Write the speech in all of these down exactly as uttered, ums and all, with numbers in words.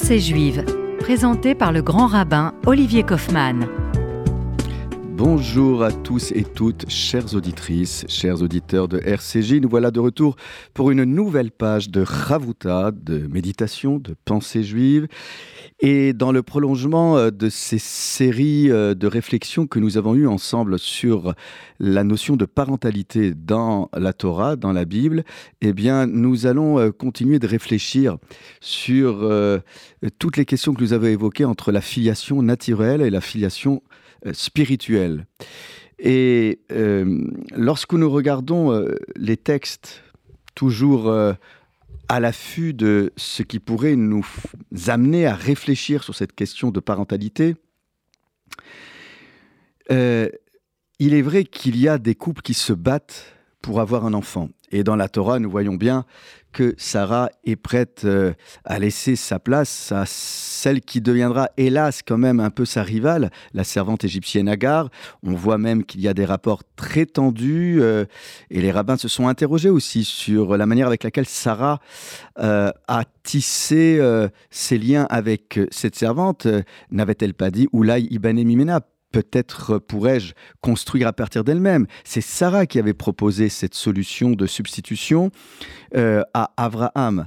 Pensée juive, présenté par le grand rabbin Olivier Kaufmann. Bonjour à tous et toutes, chères auditrices, chers auditeurs de R C J. Nous voilà de retour pour une nouvelle page de Chavouta, de méditation, de pensée juive. Et dans le prolongement de ces séries de réflexions que nous avons eues ensemble sur la notion de parentalité dans la Torah, dans la Bible, eh bien, nous allons continuer de réfléchir sur euh, toutes les questions que nous avons évoquées entre la filiation naturelle et la filiation spirituelle. Et euh, lorsque nous regardons euh, les textes, toujours euh, à l'affût de ce qui pourrait nous amener à réfléchir sur cette question de parentalité, euh, il est vrai qu'il y a des couples qui se battent pour avoir un enfant. Et dans la Torah, nous voyons bien que Sarah est prête euh, à laisser sa place à celle qui deviendra, hélas, quand même un peu sa rivale, la servante égyptienne Agar. On voit même qu'il y a des rapports très tendus euh, et les rabbins se sont interrogés aussi sur la manière avec laquelle Sarah euh, a tissé euh, ses liens avec cette servante. Euh, n'avait-elle pas dit « Oulai ibane mimena » ? Peut-être pourrais-je construire à partir d'elle-même. C'est Sarah qui avait proposé cette solution de substitution euh, à Abraham,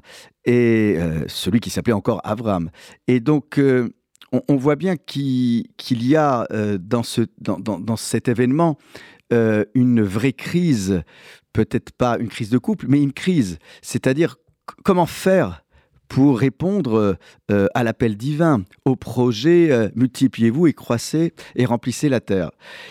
et euh, celui qui s'appelait encore Abraham. Et donc, euh, on, on voit bien qu'il, qu'il y a euh, dans, ce, dans, dans, dans cet événement euh, une vraie crise, peut-être pas une crise de couple, mais une crise. C'est-à-dire, c- comment faire pour répondre euh, à l'appel divin, au projet euh, « Multipliez-vous et croissez et remplissez la terre ».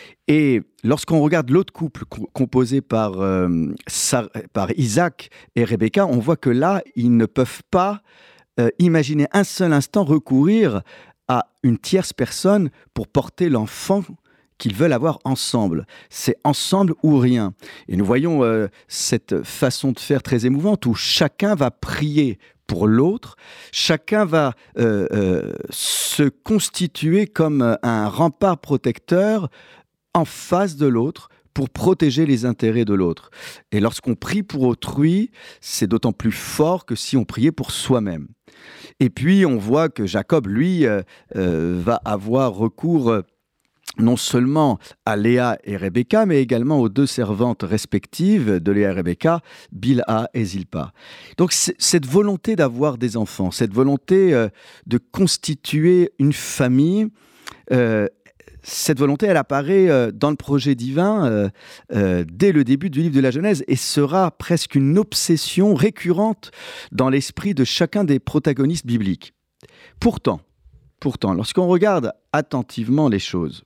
Et lorsqu'on regarde l'autre couple co- composé par, euh, Sarah, par Isaac et Rebecca, on voit que là, ils ne peuvent pas euh, imaginer un seul instant recourir à une tierce personne pour porter l'enfant qu'ils veulent avoir ensemble. C'est ensemble ou rien. Et nous voyons euh, cette façon de faire très émouvante où chacun va prier pour l'autre, chacun va euh, euh, se constituer comme un rempart protecteur en face de l'autre pour protéger les intérêts de l'autre. Et lorsqu'on prie pour autrui, c'est d'autant plus fort que si on priait pour soi-même. Et puis on voit que Jacob, lui, euh, euh, va avoir recours euh, non seulement à Léa et Rebecca, mais également aux deux servantes respectives de Léa et Rebecca, Bilha et Zilpa. Donc c- cette volonté d'avoir des enfants, cette volonté euh, de constituer une famille, euh, cette volonté, elle apparaît euh, dans le projet divin euh, euh, dès le début du livre de la Genèse et sera presque une obsession récurrente dans l'esprit de chacun des protagonistes bibliques. Pourtant, pourtant, lorsqu'on regarde attentivement les choses,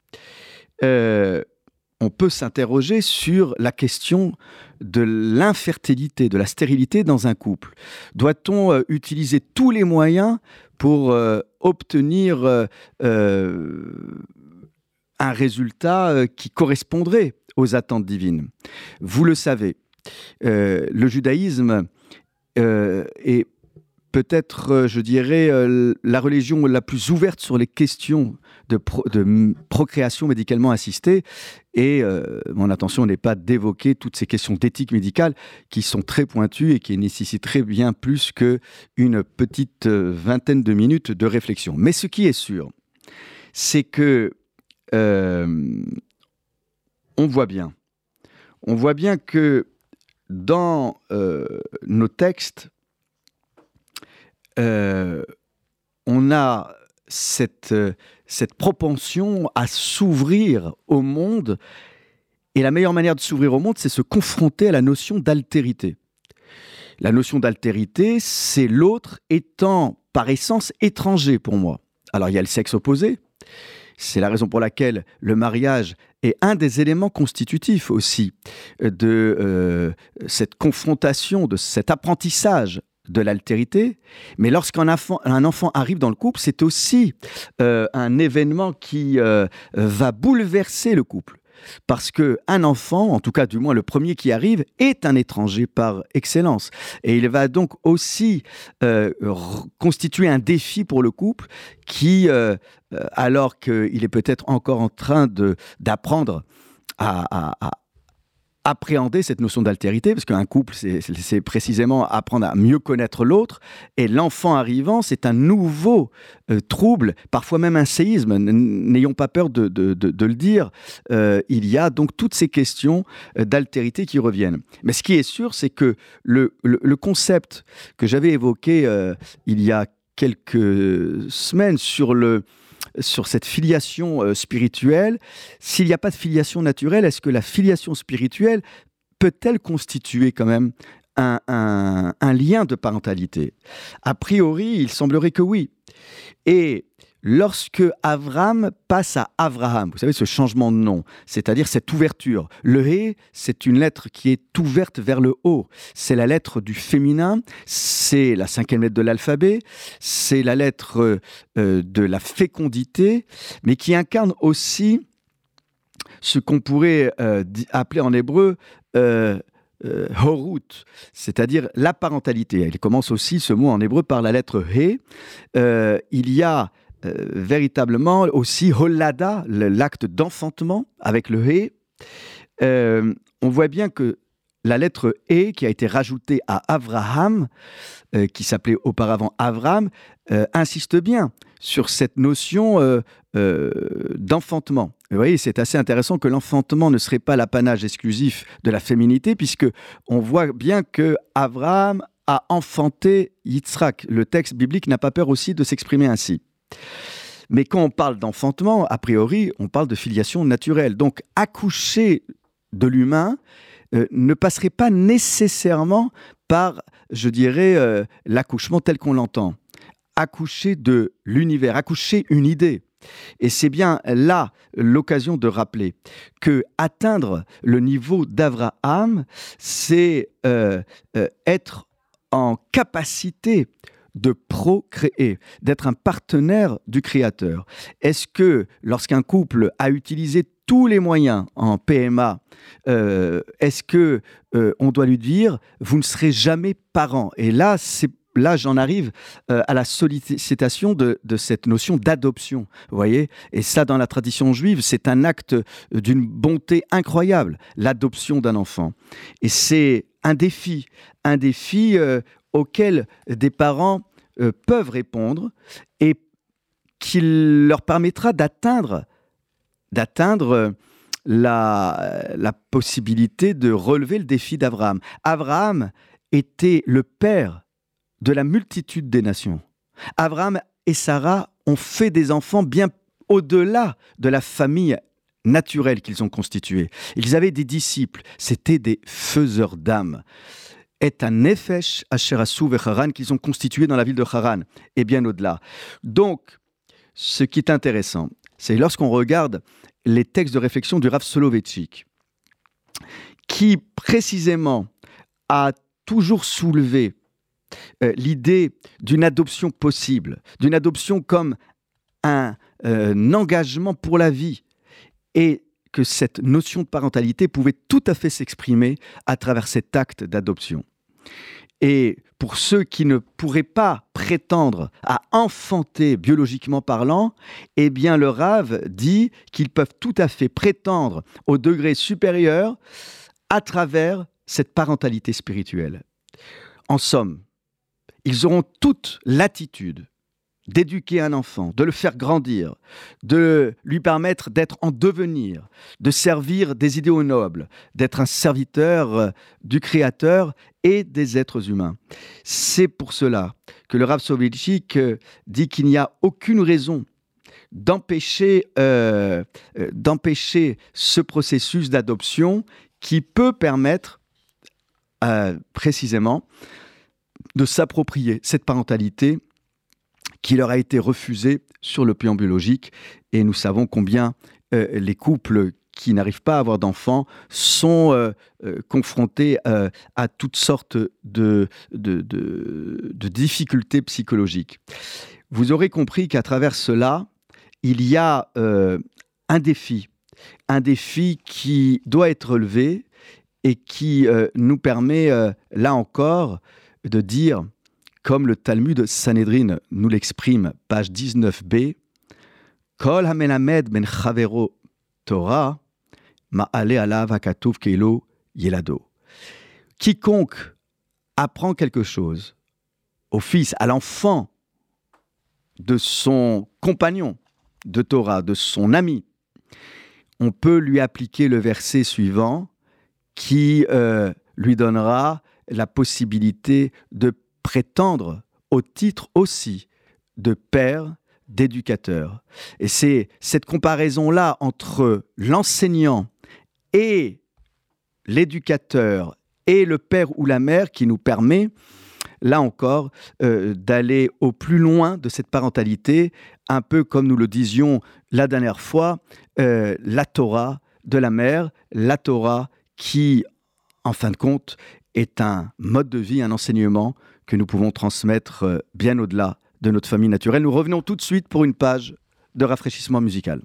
Euh, on peut s'interroger sur la question de l'infertilité, de la stérilité dans un couple. Doit-on euh, utiliser tous les moyens pour euh, obtenir euh, euh, un résultat euh, qui correspondrait aux attentes divines ? Vous le savez, euh, le judaïsme euh, est peut-être, euh, je dirais, euh, la religion la plus ouverte sur les questions de, pro- de m- procréation médicalement assistée. Et euh, mon intention n'est pas d'évoquer toutes ces questions d'éthique médicale qui sont très pointues et qui nécessiteraient bien plus qu'une petite euh, vingtaine de minutes de réflexion. Mais ce qui est sûr, c'est que euh, on voit bien, on voit bien que dans euh, nos textes, Euh, on a cette, euh, cette propension à s'ouvrir au monde, et la meilleure manière de s'ouvrir au monde, c'est se confronter à la notion d'altérité. La notion d'altérité, c'est l'autre étant par essence étranger pour moi. Alors il y a le sexe opposé, c'est la raison pour laquelle le mariage est un des éléments constitutifs aussi de euh, cette confrontation, de cet apprentissage de l'altérité, mais lorsqu'un enfant, un enfant arrive dans le couple, c'est aussi euh, un événement qui euh, va bouleverser le couple. Parce qu'un enfant, en tout cas du moins le premier qui arrive, est un étranger par excellence. Et il va donc aussi euh, r- constituer un défi pour le couple qui, euh, alors qu'il est peut-être encore en train de, d'apprendre à, à, à appréhender cette notion d'altérité, parce qu'un couple, c'est, c'est précisément apprendre à mieux connaître l'autre, et l'enfant arrivant, c'est un nouveau euh, trouble, parfois même un séisme, n'ayons pas peur de, de, de, de le dire, euh, il y a donc toutes ces questions euh, d'altérité qui reviennent. Mais ce qui est sûr, c'est que le, le, le concept que j'avais évoqué euh, il y a quelques semaines sur le sur cette filiation euh, spirituelle, s'il n'y a pas de filiation naturelle, est-ce que la filiation spirituelle peut-elle constituer quand même un, un, un lien de parentalité ? A priori, il semblerait que oui. Et lorsque Avram passe à Avraham, vous savez, ce changement de nom, c'est-à-dire cette ouverture. Le Hé, c'est une lettre qui est ouverte vers le haut. C'est la lettre du féminin, c'est la cinquième lettre de l'alphabet, c'est la lettre euh, de la fécondité, mais qui incarne aussi ce qu'on pourrait euh, appeler en hébreu euh, euh, horut, c'est-à-dire la parentalité. Il commence aussi ce mot en hébreu par la lettre Hé. Euh, il y a Euh, véritablement aussi Holada, l'acte d'enfantement avec le Hé. Euh, on voit bien que la lettre Hé qui a été rajoutée à Avraham, euh, qui s'appelait auparavant Avram, euh, insiste bien sur cette notion euh, euh, d'enfantement. Vous voyez, c'est assez intéressant que l'enfantement ne serait pas l'apanage exclusif de la féminité, puisque on voit bien que Avraham a enfanté Yitzhak. Le texte biblique n'a pas peur aussi de s'exprimer ainsi. Mais quand on parle d'enfantement, a priori, on parle de filiation naturelle. Donc, accoucher de l'humain euh, ne passerait pas nécessairement par, je dirais, euh, l'accouchement tel qu'on l'entend. Accoucher de l'univers, accoucher une idée. Et c'est bien là l'occasion de rappeler que atteindre le niveau d'Avraham, c'est euh, euh, être en capacité de procréer, d'être un partenaire du Créateur. Est-ce que lorsqu'un couple a utilisé tous les moyens en P M A, euh, est-ce que euh, on doit lui dire vous ne serez jamais parent ? Et là, c'est Là, j'en arrive euh, à la sollicitation de, de cette notion d'adoption, vous voyez ? Et ça, dans la tradition juive, c'est un acte d'une bonté incroyable, l'adoption d'un enfant. Et c'est un défi, un défi euh, auquel des parents euh, peuvent répondre et qui leur permettra d'atteindre, d'atteindre la, la possibilité de relever le défi d'Abraham. Abraham était le père de la multitude des nations. Abraham et Sarah ont fait des enfants bien au-delà de la famille naturelle qu'ils ont constituée. Ils avaient des disciples, c'était des faiseurs d'âmes. Est un nefesh asher asu vecharan qu'ils ont constitué dans la ville de Haran, et bien au-delà. Donc, ce qui est intéressant, c'est lorsqu'on regarde les textes de réflexion du Rav Soloveitchik, qui précisément a toujours soulevé euh, l'idée d'une adoption possible, d'une adoption comme un, euh, un engagement pour la vie, et que cette notion de parentalité pouvait tout à fait s'exprimer à travers cet acte d'adoption. Et pour ceux qui ne pourraient pas prétendre à enfanter biologiquement parlant, eh bien le Rav dit qu'ils peuvent tout à fait prétendre au degré supérieur à travers cette parentalité spirituelle. En somme, ils auront toute l'attitude d'éduquer un enfant, de le faire grandir, de lui permettre d'être en devenir, de servir des idéaux nobles, d'être un serviteur du Créateur et des êtres humains. C'est pour cela que le Rav Soloveitchik dit qu'il n'y a aucune raison d'empêcher, euh, d'empêcher ce processus d'adoption qui peut permettre euh, précisément de s'approprier cette parentalité qui leur a été refusée sur le plan biologique. Et nous savons combien euh, les couples qui n'arrivent pas à avoir d'enfants sont euh, euh, confrontés euh, à toutes sortes de, de, de, de difficultés psychologiques. Vous aurez compris qu'à travers cela, il y a euh, un défi, un défi qui doit être relevé et qui euh, nous permet, euh, là encore, de dire, comme le Talmud Sanhedrin nous l'exprime, page dix-neuf b, Kol hamelamed ben chavero Torah, ma'ale alav hakatuv keilo Yelado. Quiconque apprend quelque chose au fils, à l'enfant de son compagnon de Torah, de son ami, on peut lui appliquer le verset suivant qui euh, lui donnera la possibilité de prétendre au titre aussi de père, d'éducateur. Et c'est cette comparaison-là entre l'enseignant et l'éducateur et le père ou la mère qui nous permet, là encore, euh, d'aller au plus loin de cette parentalité, un peu comme nous le disions la dernière fois, euh, la Torah de la mère, la Torah qui, en fin de compte, est un mode de vie, un enseignement que nous pouvons transmettre euh, bien au-delà de notre famille naturelle. Nous revenons tout de suite pour une page de rafraîchissement musical.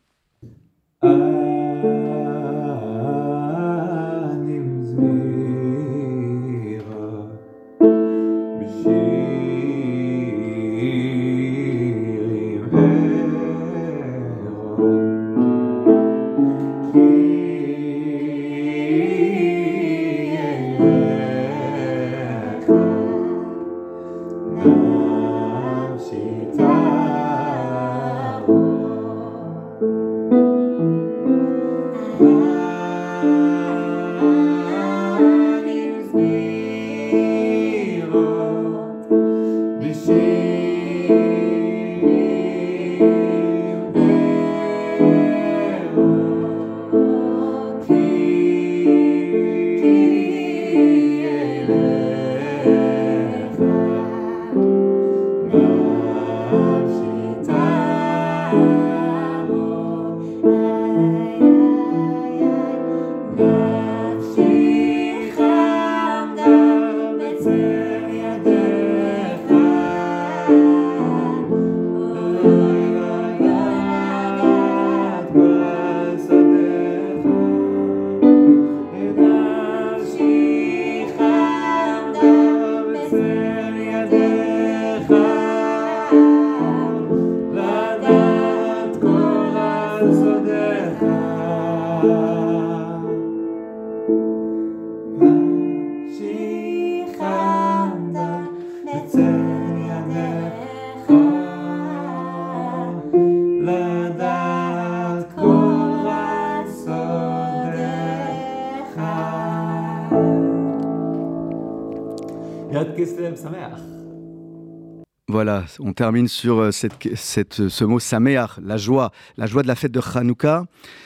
Voilà, on termine sur cette, cette, ce mot Sameach, la joie, la joie de la fête de Hanouka.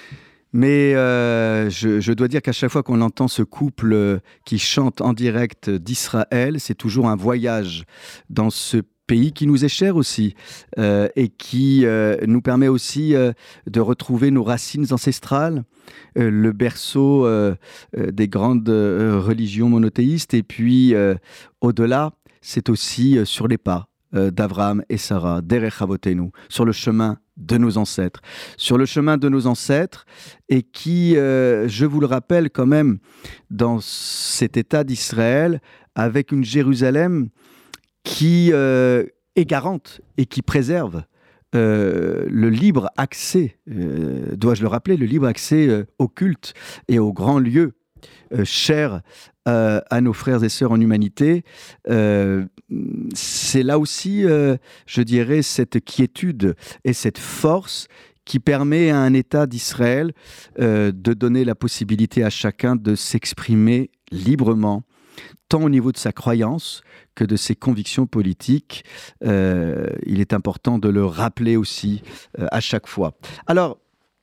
Mais euh, je, je dois dire qu'à chaque fois qu'on entend ce couple qui chante en direct d'Israël, c'est toujours un voyage dans ce pays qui nous est cher aussi euh, et qui euh, nous permet aussi euh, de retrouver nos racines ancestrales, euh, le berceau euh, euh, des grandes euh, religions monothéistes. Et puis, euh, au-delà, c'est aussi euh, sur les pas euh, d'Abraham et Sarah, Derech Avotenu, sur le chemin de nos ancêtres, sur le chemin de nos ancêtres, et qui, euh, je vous le rappelle quand même, dans cet État d'Israël, avec une Jérusalem qui euh, est garante et qui préserve euh, le libre accès, euh, dois-je le rappeler, le libre accès euh, au culte et aux grands lieux euh, chers euh, à nos frères et sœurs en humanité. Euh, c'est là aussi, euh, je dirais, cette quiétude et cette force qui permet à un État d'Israël euh, de donner la possibilité à chacun de s'exprimer librement, tant au niveau de sa croyance que de ses convictions politiques. Euh, il est important de le rappeler aussi euh, à chaque fois. Alors,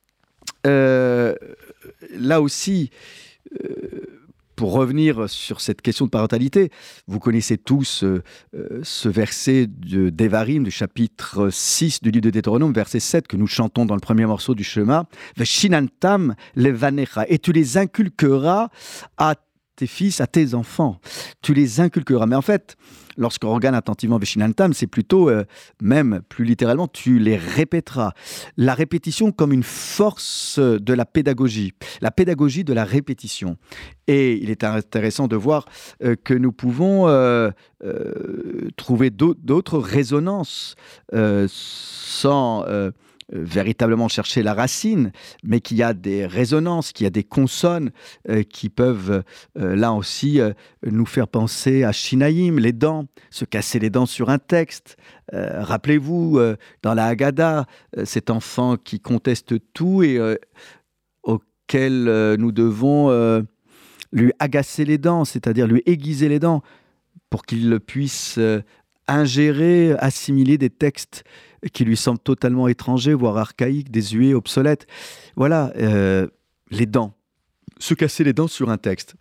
euh, là aussi, euh, pour revenir sur cette question de parentalité, vous connaissez tous euh, euh, ce verset de d'Evarim, du chapitre six du livre de Deutéronome, verset sept, que nous chantons dans le premier morceau du Shema. « Veshinantam levanecha » et tu les inculqueras à tes fils, à tes enfants. Tu les inculqueras. Mais en fait, lorsqu'on regarde attentivement Veshinantam, c'est plutôt, euh, même plus littéralement, tu les répéteras. La répétition comme une force de la pédagogie. La pédagogie de la répétition. Et il est intéressant de voir euh, que nous pouvons euh, euh, trouver d'autres, d'autres résonances euh, sans... Euh, véritablement chercher la racine, mais qu'il y a des résonances, qu'il y a des consonnes euh, qui peuvent euh, là aussi euh, nous faire penser à Shinaïm, les dents, se casser les dents sur un texte. Euh, rappelez-vous, euh, dans la Haggadah, euh, cet enfant qui conteste tout et euh, auquel euh, nous devons euh, lui agacer les dents, c'est-à-dire lui aiguiser les dents pour qu'il puisse euh, ingérer, assimiler des textes qui lui semblent totalement étrangers, voire archaïques, désuets, obsolètes. Voilà, euh, les dents. Se casser les dents sur un texte.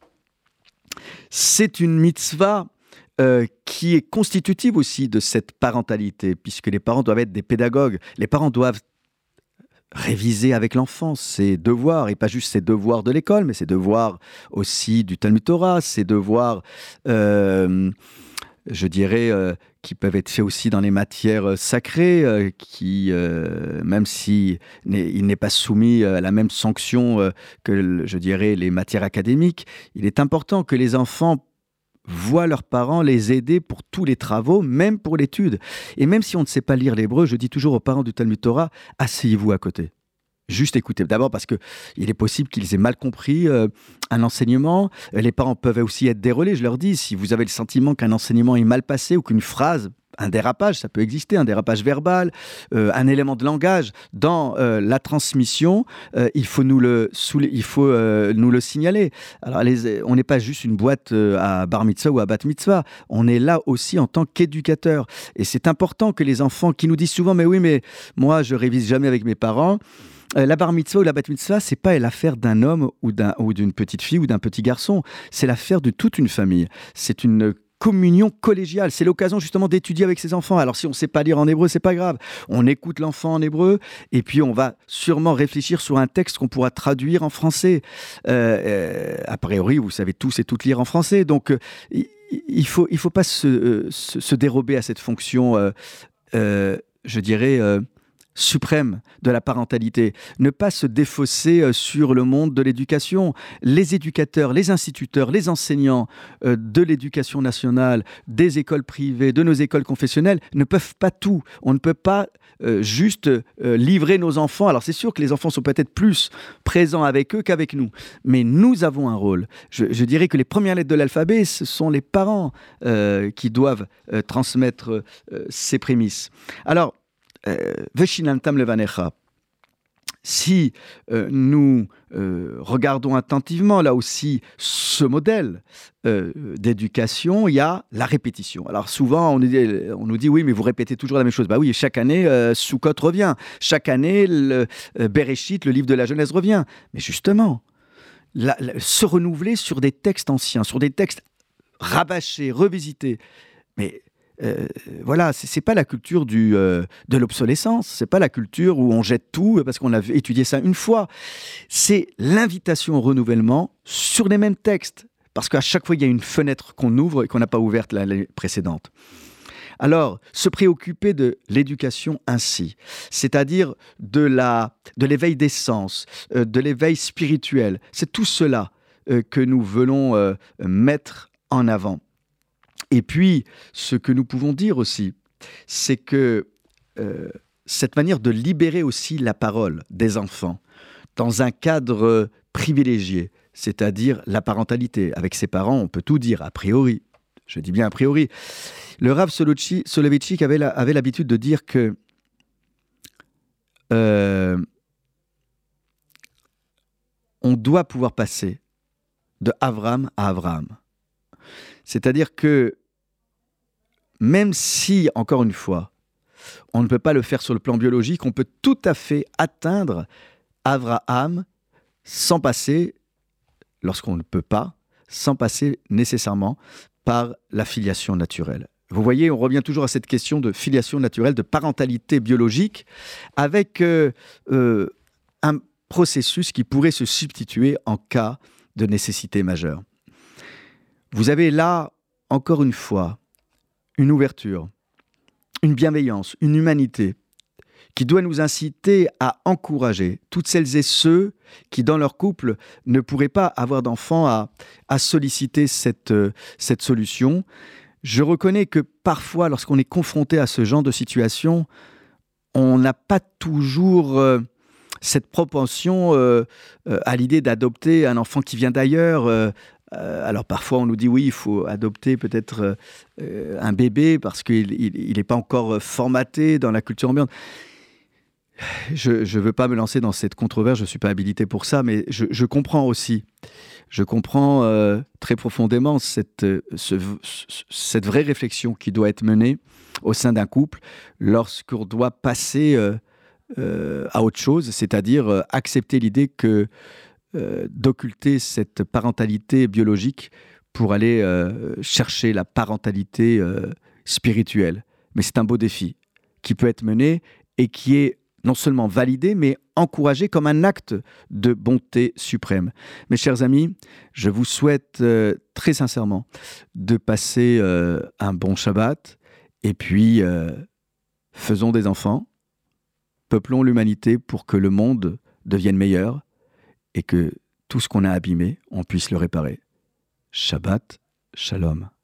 C'est une mitzvah euh, qui est constitutive aussi de cette parentalité, puisque les parents doivent être des pédagogues. Les parents doivent réviser avec l'enfant ses devoirs, et pas juste ses devoirs de l'école, mais ses devoirs aussi du Talmud Torah, ses devoirs... Euh, je dirais, euh, qui peuvent être faits aussi dans les matières sacrées, euh, qui, euh, même si n'est, il n'est pas soumis à la même sanction euh, que, je dirais, les matières académiques, il est important que les enfants voient leurs parents les aider pour tous les travaux, même pour l'étude. Et même si on ne sait pas lire l'hébreu, je dis toujours aux parents du Talmud Torah, asseyez-vous à côté. Juste écouter. D'abord parce qu'il est possible qu'ils aient mal compris euh, un enseignement. Les parents peuvent aussi être dérelés, je leur dis. Si vous avez le sentiment qu'un enseignement est mal passé ou qu'une phrase, un dérapage, ça peut exister, un dérapage verbal, euh, un élément de langage dans euh, la transmission, euh, il faut, nous le, soule- il faut euh, nous le signaler. Alors, les, on n'est pas juste une boîte euh, à bar mitzvah ou à bat mitzvah. On est là aussi en tant qu'éducateur. Et c'est important que les enfants qui nous disent souvent « Mais oui, mais moi, je révise jamais avec mes parents », Euh, la bar mitzvah ou la bat mitzvah, c'est pas l'affaire d'un homme ou, d'un, ou d'une petite fille ou d'un petit garçon. C'est l'affaire de toute une famille. C'est une communion collégiale. C'est l'occasion justement d'étudier avec ses enfants. Alors si on ne sait pas lire en hébreu, c'est pas grave. On écoute l'enfant en hébreu et puis on va sûrement réfléchir sur un texte qu'on pourra traduire en français. Euh, euh, a priori, vous savez tous et toutes lire en français. Donc euh, il faut il faut pas se, euh, se, se dérober à cette fonction, euh, euh, je dirais... Euh, suprême de la parentalité, ne pas se défausser sur le monde de l'éducation. Les éducateurs, les instituteurs, les enseignants euh, de l'éducation nationale, des écoles privées, de nos écoles confessionnelles ne peuvent pas tout. On ne peut pas euh, juste euh, livrer nos enfants. Alors c'est sûr que les enfants sont peut-être plus présents avec eux qu'avec nous, mais nous avons un rôle. Je, je dirais que les premières lettres de l'alphabet, ce sont les parents euh, qui doivent euh, transmettre euh, ces prémices. Alors, Veshinantam levanecha. Si euh, nous euh, regardons attentivement là aussi ce modèle euh, d'éducation, il y a la répétition. Alors souvent on, dit, on nous dit oui mais vous répétez toujours la même chose. Bah oui, chaque année euh, Sukkot revient, chaque année le euh, Bereshit, le livre de la Genèse revient. Mais justement, la, la, se renouveler sur des textes anciens, sur des textes rabâchés, revisités. Mais Euh, voilà, c'est, c'est pas la culture du, euh, de l'obsolescence, c'est pas la culture où on jette tout parce qu'on a étudié ça une fois. C'est l'invitation au renouvellement sur les mêmes textes, parce qu'à chaque fois il y a une fenêtre qu'on ouvre et qu'on n'a pas ouverte l'année précédente. Alors, se préoccuper de l'éducation ainsi, c'est-à-dire de, la, de l'éveil des sens, euh, de l'éveil spirituel, c'est tout cela euh, que nous voulons euh, mettre en avant. Et puis, ce que nous pouvons dire aussi, c'est que euh, cette manière de libérer aussi la parole des enfants dans un cadre privilégié, c'est-à-dire la parentalité. Avec ses parents, on peut tout dire, a priori. Je dis bien a priori. Le Rav Soloveitchik avait, la, avait l'habitude de dire que euh, on doit pouvoir passer de Avram à Abraham. C'est-à-dire que même si, encore une fois, on ne peut pas le faire sur le plan biologique, on peut tout à fait atteindre Abraham sans passer, lorsqu'on ne peut pas, sans passer nécessairement par la filiation naturelle. Vous voyez, on revient toujours à cette question de filiation naturelle, de parentalité biologique, avec euh, euh, un processus qui pourrait se substituer en cas de nécessité majeure. Vous avez là, encore une fois, une ouverture, une bienveillance, une humanité qui doit nous inciter à encourager toutes celles et ceux qui, dans leur couple, ne pourraient pas avoir d'enfants à, à solliciter cette, euh, cette solution. Je reconnais que parfois, lorsqu'on est confronté à ce genre de situation, on n'a pas toujours euh, cette propension euh, euh, à l'idée d'adopter un enfant qui vient d'ailleurs. Euh, euh, alors parfois on nous dit oui, il faut adopter peut-être euh, un bébé parce qu'il n'est pas encore formaté dans la culture ambiante. Je ne veux pas me lancer dans cette controverse, je ne suis pas habilité pour ça, mais je, je comprends aussi. Je comprends euh, très profondément cette, ce, cette vraie réflexion qui doit être menée au sein d'un couple lorsqu'on doit passer euh, euh, à autre chose, c'est-à-dire euh, accepter l'idée que euh, d'occulter cette parentalité biologique pour aller euh, chercher la parentalité euh, spirituelle. Mais c'est un beau défi qui peut être mené et qui est non seulement validé, mais encouragé comme un acte de bonté suprême. Mes chers amis, je vous souhaite euh, très sincèrement de passer euh, un bon Shabbat, et puis euh, faisons des enfants, peuplons l'humanité pour que le monde devienne meilleur, et que tout ce qu'on a abîmé, on puisse le réparer. Shabbat Shalom.